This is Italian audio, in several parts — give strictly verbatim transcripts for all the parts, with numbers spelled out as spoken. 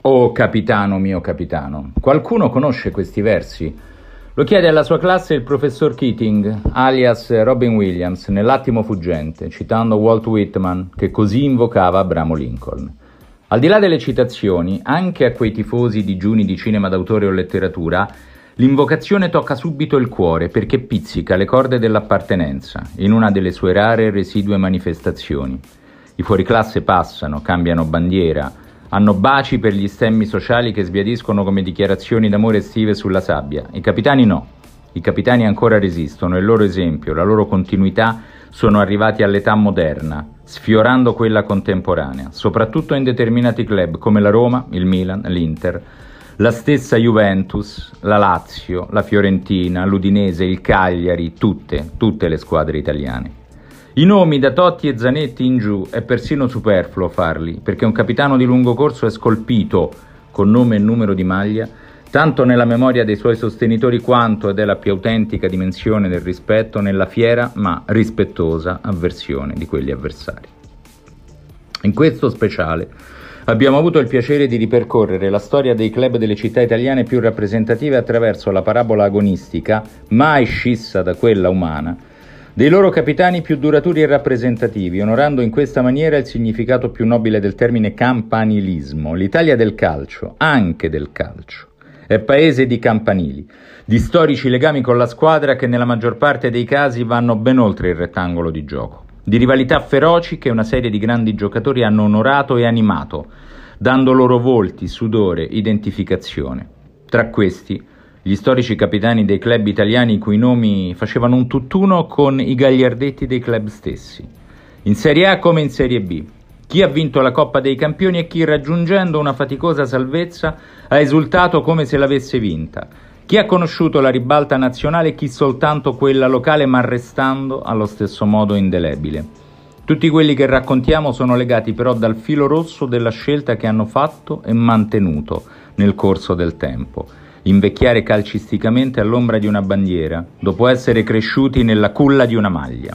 Oh capitano mio capitano, qualcuno conosce questi versi? Lo chiede alla sua classe il professor Keating, alias Robin Williams, nell'Attimo fuggente, citando Walt Whitman, che così invocava Abramo Lincoln. Al di là delle citazioni, anche a quei tifosi digiuni di cinema d'autore o letteratura, l'invocazione tocca subito il cuore perché pizzica le corde dell'appartenenza, in una delle sue rare e residue manifestazioni. I fuoriclasse passano, cambiano bandiera, hanno baci per gli stemmi sociali che sbiadiscono come dichiarazioni d'amore estive sulla sabbia. I capitani no. I capitani ancora resistono e il loro esempio, la loro continuità sono arrivati all'età moderna, sfiorando quella contemporanea, soprattutto in determinati club come la Roma, il Milan, l'Inter, la stessa Juventus, la Lazio, la Fiorentina, l'Udinese, il Cagliari, tutte, tutte le squadre italiane. I nomi da Totti e Zanetti in giù è persino superfluo farli, perché un capitano di lungo corso è scolpito, con nome e numero di maglia, tanto nella memoria dei suoi sostenitori quanto, ed è la più autentica dimensione del rispetto, nella fiera ma rispettosa avversione di quegli avversari. In questo speciale abbiamo avuto il piacere di ripercorrere la storia dei club delle città italiane più rappresentative attraverso la parabola agonistica, mai scissa da quella umana, dei loro capitani più duraturi e rappresentativi, onorando in questa maniera il significato più nobile del termine campanilismo. L'Italia del calcio, anche del calcio, è paese di campanili, di storici legami con la squadra che nella maggior parte dei casi vanno ben oltre il rettangolo di gioco, di rivalità feroci che una serie di grandi giocatori hanno onorato e animato, dando loro volti, sudore, identificazione. Tra questi gli storici capitani dei club italiani i cui nomi facevano un tutt'uno con i gagliardetti dei club stessi. In Serie A come in Serie B. Chi ha vinto la Coppa dei Campioni e chi, raggiungendo una faticosa salvezza, ha esultato come se l'avesse vinta. Chi ha conosciuto la ribalta nazionale e chi soltanto quella locale, ma restando allo stesso modo indelebile. Tutti quelli che raccontiamo sono legati però dal filo rosso della scelta che hanno fatto e mantenuto nel corso del tempo. Invecchiare calcisticamente all'ombra di una bandiera, dopo essere cresciuti nella culla di una maglia.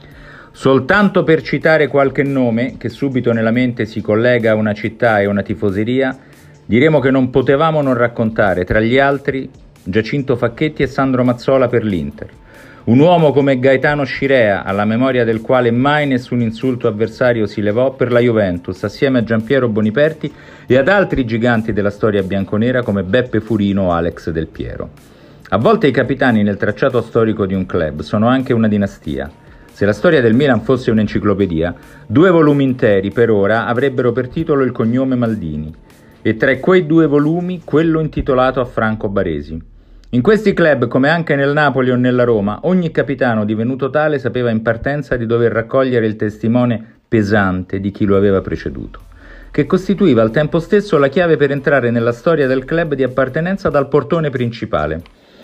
Soltanto per citare qualche nome, che subito nella mente si collega a una città e una tifoseria, diremo che non potevamo non raccontare, tra gli altri, Giacinto Facchetti e Sandro Mazzola per l'Inter. Un uomo come Gaetano Scirea, alla memoria del quale mai nessun insulto avversario si levò, per la Juventus, assieme a Giampiero Boniperti e ad altri giganti della storia bianconera come Beppe Furino o Alex Del Piero. A volte i capitani nel tracciato storico di un club sono anche una dinastia. Se la storia del Milan fosse un'enciclopedia, due volumi interi per ora avrebbero per titolo il cognome Maldini, e tra quei due volumi quello intitolato a Franco Baresi. In questi club, come anche nel Napoli o nella Roma, ogni capitano divenuto tale sapeva in partenza di dover raccogliere il testimone pesante di chi lo aveva preceduto, che costituiva al tempo stesso la chiave per entrare nella storia del club di appartenenza dal portone principale.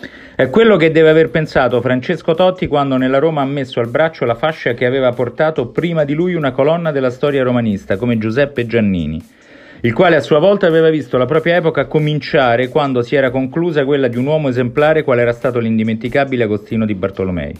È quello che deve aver pensato Francesco Totti quando nella Roma ha messo al braccio la fascia che aveva portato prima di lui una colonna della storia romanista come Giuseppe Giannini, il quale a sua volta aveva visto la propria epoca cominciare quando si era conclusa quella di un uomo esemplare quale era stato l'indimenticabile Agostino Di Bartolomei.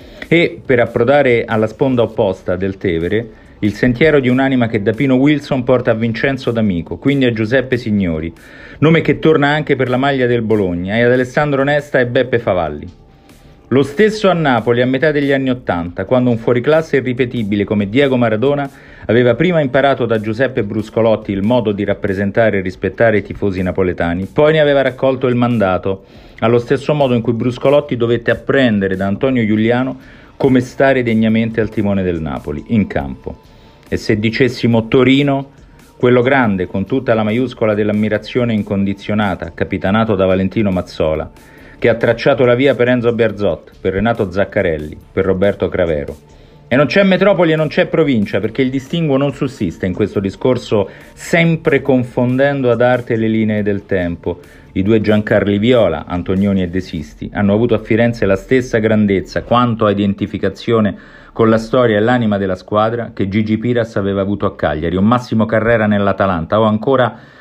E, per approdare alla sponda opposta del Tevere, il sentiero di un'anima che da Pino Wilson porta a Vincenzo D'Amico, quindi a Giuseppe Signori, nome che torna anche per la maglia del Bologna, e ad Alessandro Nesta e Beppe Favalli. Lo stesso a Napoli a metà degli anni Ottanta, quando un fuoriclasse irripetibile come Diego Maradona aveva prima imparato da Giuseppe Bruscolotti il modo di rappresentare e rispettare i tifosi napoletani, poi ne aveva raccolto il mandato, allo stesso modo in cui Bruscolotti dovette apprendere da Antonio Giuliano come stare degnamente al timone del Napoli, in campo. E se dicessimo Torino, quello grande, con tutta la maiuscola dell'ammirazione incondizionata, capitanato da Valentino Mazzola, che ha tracciato la via per Enzo Bearzot, per Renato Zaccarelli, per Roberto Cravero. E non c'è metropoli e non c'è provincia, perché il distinguo non sussiste in questo discorso, sempre confondendo ad arte le linee del tempo. I due Giancarli Viola, Antonioni e De Sisti, hanno avuto a Firenze la stessa grandezza quanto a identificazione con la storia e l'anima della squadra che Gigi Piras aveva avuto a Cagliari, o Massimo Carrera nell'Atalanta, o ancora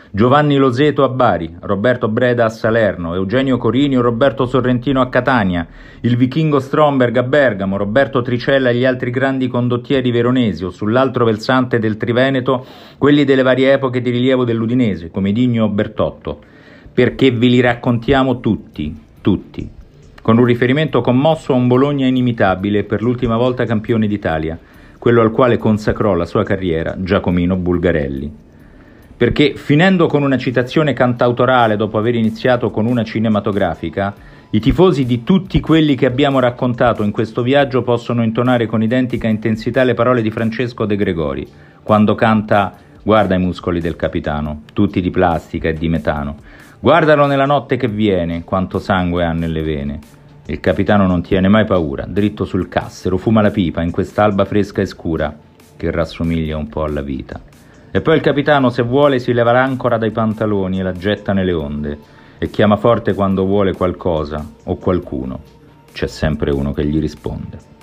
Giovanni Loseto a Bari, Roberto Breda a Salerno, Eugenio Corini o Roberto Sorrentino a Catania, il vichingo Stromberg a Bergamo, Roberto Tricella e gli altri grandi condottieri veronesi o sull'altro versante del Triveneto quelli delle varie epoche di rilievo dell'Udinese, come Digno o Bertotto, perché ve li raccontiamo tutti, tutti, con un riferimento commosso a un Bologna inimitabile, per l'ultima volta campione d'Italia, quello al quale consacrò la sua carriera Giacomino Bulgarelli. Perché, finendo con una citazione cantautorale dopo aver iniziato con una cinematografica, i tifosi di tutti quelli che abbiamo raccontato in questo viaggio possono intonare con identica intensità le parole di Francesco De Gregori, quando canta «Guarda i muscoli del capitano, tutti di plastica e di metano. Guardalo nella notte che viene, quanto sangue ha nelle vene. Il capitano non tiene mai paura, dritto sul cassero, fuma la pipa in quest'alba fresca e scura, che rassomiglia un po' alla vita. E poi il capitano, se vuole, si leva l'ancora dai pantaloni e la getta nelle onde, e chiama forte quando vuole qualcosa o qualcuno. C'è sempre uno che gli risponde».